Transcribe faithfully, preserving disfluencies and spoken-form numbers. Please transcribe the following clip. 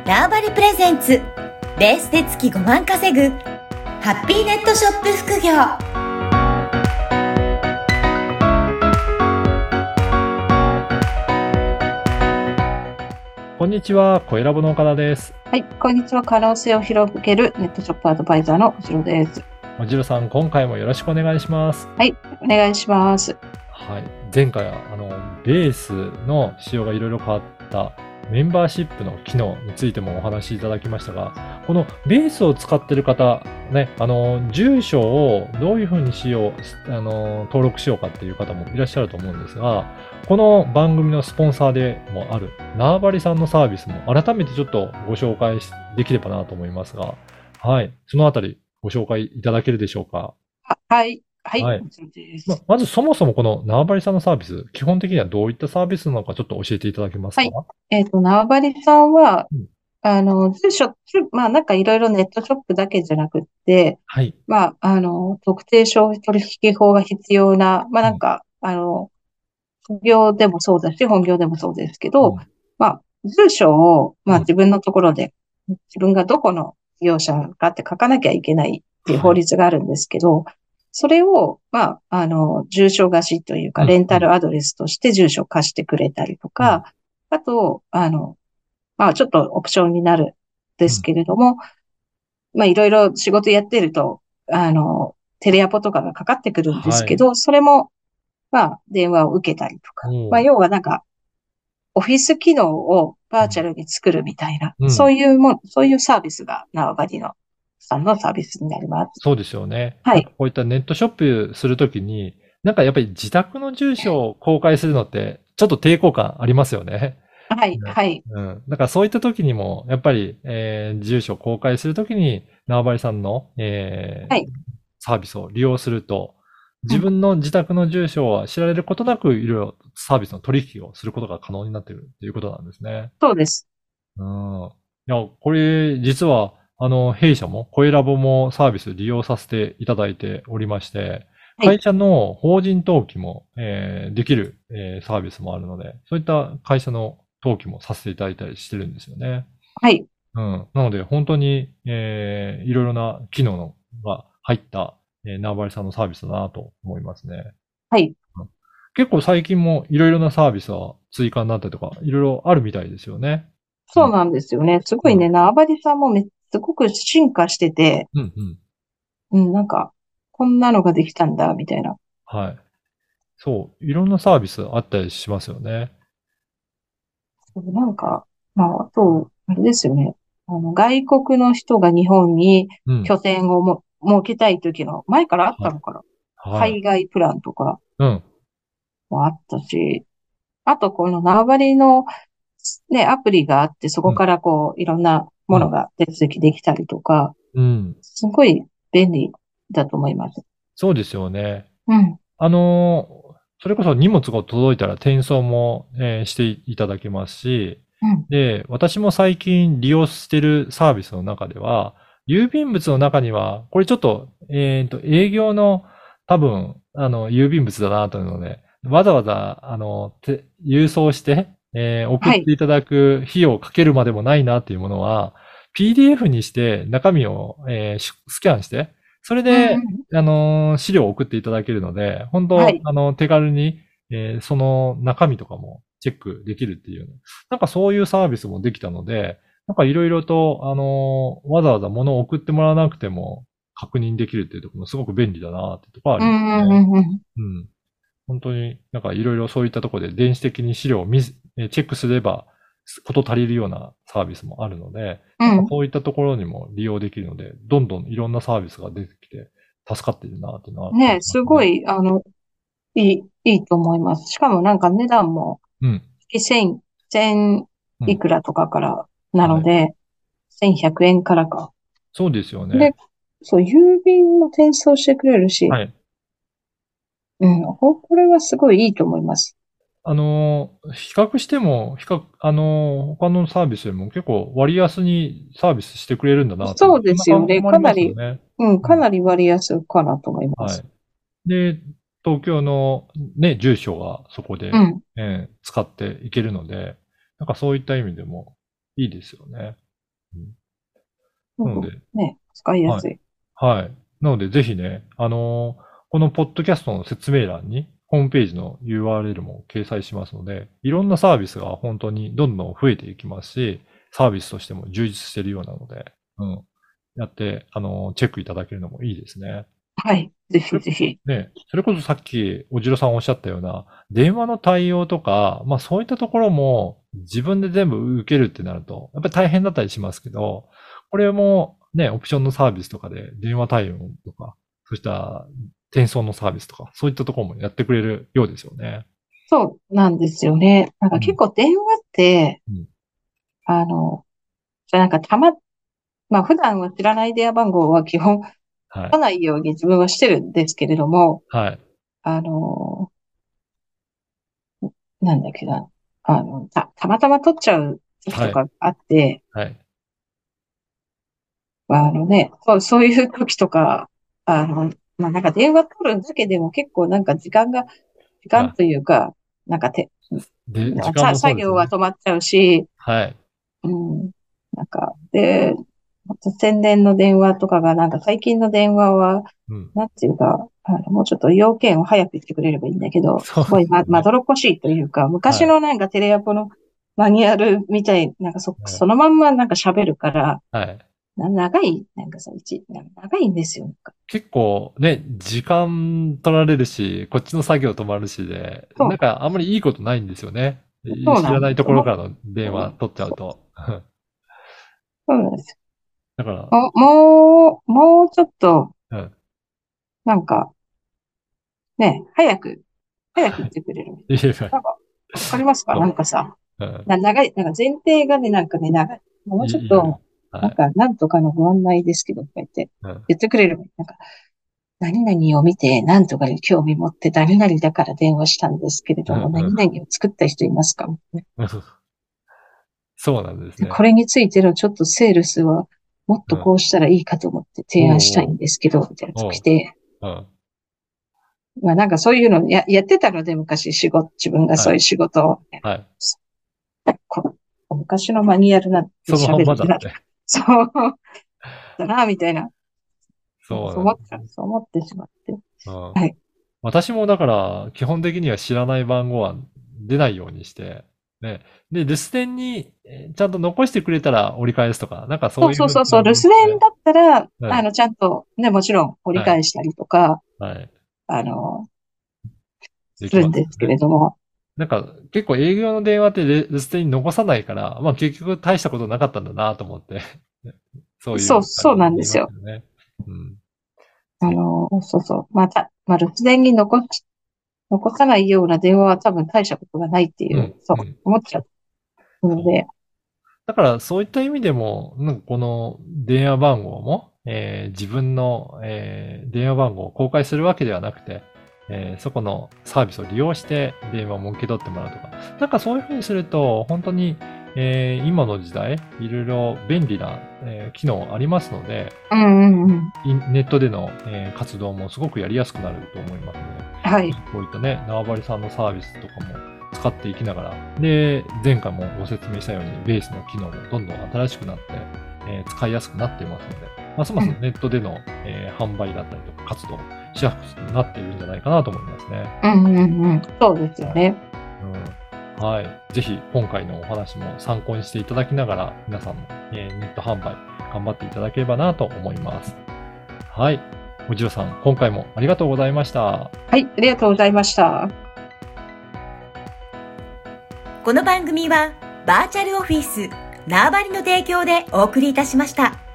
縄張りプレゼンツベースで月ごまん稼ぐハッピーネットショップ副業。 こんにちは、小ラボの岡田です。 はい、こんにちは。可能性を広げるネットショップアドバイザーのおじろです。 おじろさん、今回もよろしくお願いします。 はい、お願いします。 はい、前回はあのベースの仕様がいろいろ変わったメンバーシップの機能についてもお話しいただきましたが、このベースを使っている方、ね、あの住所をどういうふうにしよう、あの登録しようかっていう方もいらっしゃると思うんですが、この番組のスポンサーでもある縄張りさんのサービスも改めてちょっとご紹介できればなと思いますが、はい、そのあたりご紹介いただけるでしょうか。 はい。はい。 はい。 もちろんです。 ま、まずそもそもこの縄張りさんのサービス、基本的にはどういったサービスなのかちょっと教えていただけますか？ はい。えっと、縄張りさんは、 うん。 あの、住所、住まあ、なんかいろいろネットショップだけじゃなくって、 はい。 まあ、あの、特定商取引法が必要な、まあ、 うん。 なんか、あの、副業でもそうだし、本業でもそうですけど、 うん。 まあ、住所を、まあ、 うん。 自分のところで、自分がどこの事業者かって書かなきゃいけないっていう法はい。 律があるんですけど、それを、まあ、あの、住所貸しというか、 うん。 レンタうん。 ルアドレスとして住所を貸してくれたりとうん。 か、あと、あの、まあ、ちょっとオプションになるんですうん。 けれども、まあ、いろいろ仕事やってると、あの、テレアポとかがかかってくるんですはい。 けど、それも、まあ、電話を受けたりとか、まあ、 おお。 要はなんか、オフィス機能をバうん。 ーチャルに作るみたいな、 うん。 そういうもん、そういうサービスが縄張りのさんのサービスになります。 そうですよね。 はい。 なんかこういったネットショップするときに、なんかやっぱり自宅の住所を公開するのって、ちょっと抵抗感ありますよね。 はい。 ね。 はい。 うん。だからそういった時にも、やっぱり、えー住所を公開するときに、縄張りさんの、えーはい。 サービスを利用すると、 うん。 自分の自宅の住所は知られることなく、いろいろサービスの取引をすることが可能になっているということなんですね。 そうです。 うん。いや、これ、実は、あの、弊社も、声ラボもサービス利用させていただいておりまして、 はい。 会社の法人登記も、えーできる、えーサービスもあるので、そういった会社の登記もさせていただいたりしてるんですよね。 はい。 うん。なので、本当に、えーいろいろな機能のが入った、えー、縄張りさんのサービスだなと思いますね。 はい。 うん。結構最近もいろいろなサービスは追加になったりとか、いろいろあるみたいですよね。うん。 そうなんですよね。すごうん。 いね、縄張りさんもめ、すごく進化してて、 うん。うん。 うん、なんか、こんなのができたんだ、みたいな。 はい。そう。いろんなサービスあったりしますよね。 なんか、まあ、あと、あれですよね。あの、外国の人が日本にうん。 拠点をも設けたい時の、前からあっはい。 たのかな。 はい。 海外プランとかうん。 もあったし、あとこの縄張りのね、アプリがあって、そうん。 こからこう、いろんなものうん。 が手続きできたりとか、 うん。 すごい便利だと思います。 そうですよね。 うん、 あのーそれこそ荷物が届いたら転送も、えーしていただけますし、 うん、 で、私も最近利用しているサービスの中では、郵便物の中には、これちょっと、えっと、営業の多分、あの、郵便物だなというので、わざわざ、あの、て郵送して、えー送っはい。 ていただく費用をかけるまでもないなっていうものは、ピーディーエフ にして中身を、えーしスキャンして、それうん、うで、 ん、 あの、資料を送っていただけるので、本当はい。 あの、手軽に、えーその中身とかもチェックできるっていう、なんかそういうサービスもできたので、なんかいろいろと、あの、わざわざ物を送ってもらわなくても確認できるっていうところもすごく便利だなっていうところはあうん、 りますうん、 ね。 うん、うん。 うん。本当になんかいろいろそういったところで電子的に資料を見ず、えーチェックすれば、こと足りるようなサービスもあるので、なんかうんそういったところにも利用できるので、どんどんいろんなサービスが出てきて、助かっているなっていうのは感ね、 じますね。 すごい、あの、いい、いいと思います。しかもなんか値段も、 うん。 せん、千うん。 いくらとかからなはい。 ので、せんひゃくえんからか。 そうですよね。 で、そう、郵便も転送してくれるし、 はい。 うん、ここれはすごいいいと思います。 あの、比較しても、比較、あの、他のサービスよりも結構割安にサービスしてくれるんだなっていう、 そうそんなですよね。 感覚もありかなり、 ますよね。 うん、 うん。 かなり割安かなと思います。 はい。で、東京のね、住所がそこで、 うん。 えー使っていけるので、なんかそういった意味でもいいですよね。 うん、なので、 ね、使いやすい。 はい。はい。なので、ぜひね、あのーこのポッドキャストの説明欄に、ホームページの ユーアールエル も掲載しますので、いろんなサービスが本当にどんどん増えていきますし、サービスとしても充実しているようなので、うん。やって、あのーチェックいただけるのもいいですね。 はい。ぜひぜひ。 ね、それこそさっき、おじろさんおっしゃったような、電話の対応とか、まあそういったところも自分で全部受けるってなると、やっぱり大変だったりしますけど、これもね、オプションのサービスとかで電話対応とか、そうした転送のサービスとか、そういったところもやってくれるようですよね。 そうなんですよね。なんか結構電話って、 うん、 あの、じゃあなんかたま、まあ普段は知らない電話番号は基本はい。 来ないように自分はしてるんですけれども、 はい。 あの、なんだっけな、あの、た、たまたま取っちゃう時はい。 とかあって、 はい。 あのね、そう、そういう時とか、あの、まあなんか電話取るだけでも結構なんか時間が、時間あ、 というか、なんかて、 で、時間さ、 もそう作業はですよね。 止まっちゃうし、 はい。 うん、なんか、で、あと宣伝の電話とかが、なんか最近の電話は、 うん。 なんていうか、あの、もうちょっと要件を早く言ってくれればいいんだけど、 そうすごいま、 ですね。 まどろっこしいというか、昔はい。 のなんかテレアポのマニュアルみたい、なんかそ、 はい。 そのまんまなんか喋るから、 はい。 な長い、なんかさ、一、な長いんですよ。なんか結構ね、時間取られるし、こっちの作業止まるしで、 そう、 なんかあんまりいいことないんですよね。 そう知らないとなんですよ。もころからの電話取っちゃうと。 そうなんですだから、 よ。も、もう、もうちょっと、 うん。 なんか、ね、早く、早く言ってくれる。 言えばいい。 なんか、わかりますかそう。 なんかさ、 うん。 な、長い、なんか前提がね、なんかね、長い。もういい、 ちょっいいよ。 と、なんはい。 か、なんとかのご案内ですけど、とか言って、 うん。 言ってくれる。なんか、何々を見て、なんとかに興味持って、何々だから電話したんですけれども、 うん。うん。 何々を作った人いますかそうなんですね。 これについてのちょっとセールスは、もっうん。 とこうしたらいいかと思って提案したいおうんですけど、みたいなおう。おう。 の来て、 うん。 まあなんかそういうのや、やってたので、昔仕事、自分がはい。 そういう仕事を、 はい。 こ昔のマニュアルなんてそのまん喋るってな、 まだって。 そうだな、みたいな。なんかそうそう思っちゃう、 なんですね。 そう思ってしまって。 うん。 はい。 私もだから、基本的には知らない番号は出ないようにして、ね。で、留守電にえーちゃんと残してくれたら折り返すとか、なんかそうそういうふうそうそうそう、留守にして、 電だったら、 はい。 あの、ちゃんと、ね、もちろん折りはい。 返したりとか、 はい。 あの、すできるんですけますよね。 れども、 なんか結構営業の電話ってレ留守電に残さないから、まあ結局大したことなかったんだなと思って、そういそう、 う感じそうなんで言いですよ。 ますよね。うん。そう。 あの、そうそう。また、まあ、留守電に残し、残さないような電話は多分大したことがないっていう、 うん。 そう、 うん。 思っちゃうのそう。 で、 だからそういった意味でも、なんかこの電話番号も、えー自分の、えー電話番号を公開するわけではなくて、えーそこのサービスを利用して電話も受け取ってもらうとか。なんかそういうふうにすると、本当に、えー今の時代、いろいろ便利な、えー機能ありますので、 うんうんうん。 インネットでの、えー活動もすごくやりやすくなると思いますので、 はい。 ぜひこういったね、縄張りさんのサービスとかも使っていきながら、で、前回もご説明したように、ベースの機能もどんどん新しくなって、えー使いやすくなっていますので、ますまうんすネットでの、えー販売だったりとか活動しやすくなっているんじゃないかなと思いますね。 うんうんうん。そうですよはい。 ね。 うん。はい。ぜひ、今回のお話も参考にしていただきながら、皆さんも、えーネット販売頑張っていただければなと思います。はい。おじろさん、今回もありがとうございました。 はい。ありがとうございました。 この番組はバーチャルオフィス縄張りの提供でお送りいたしました。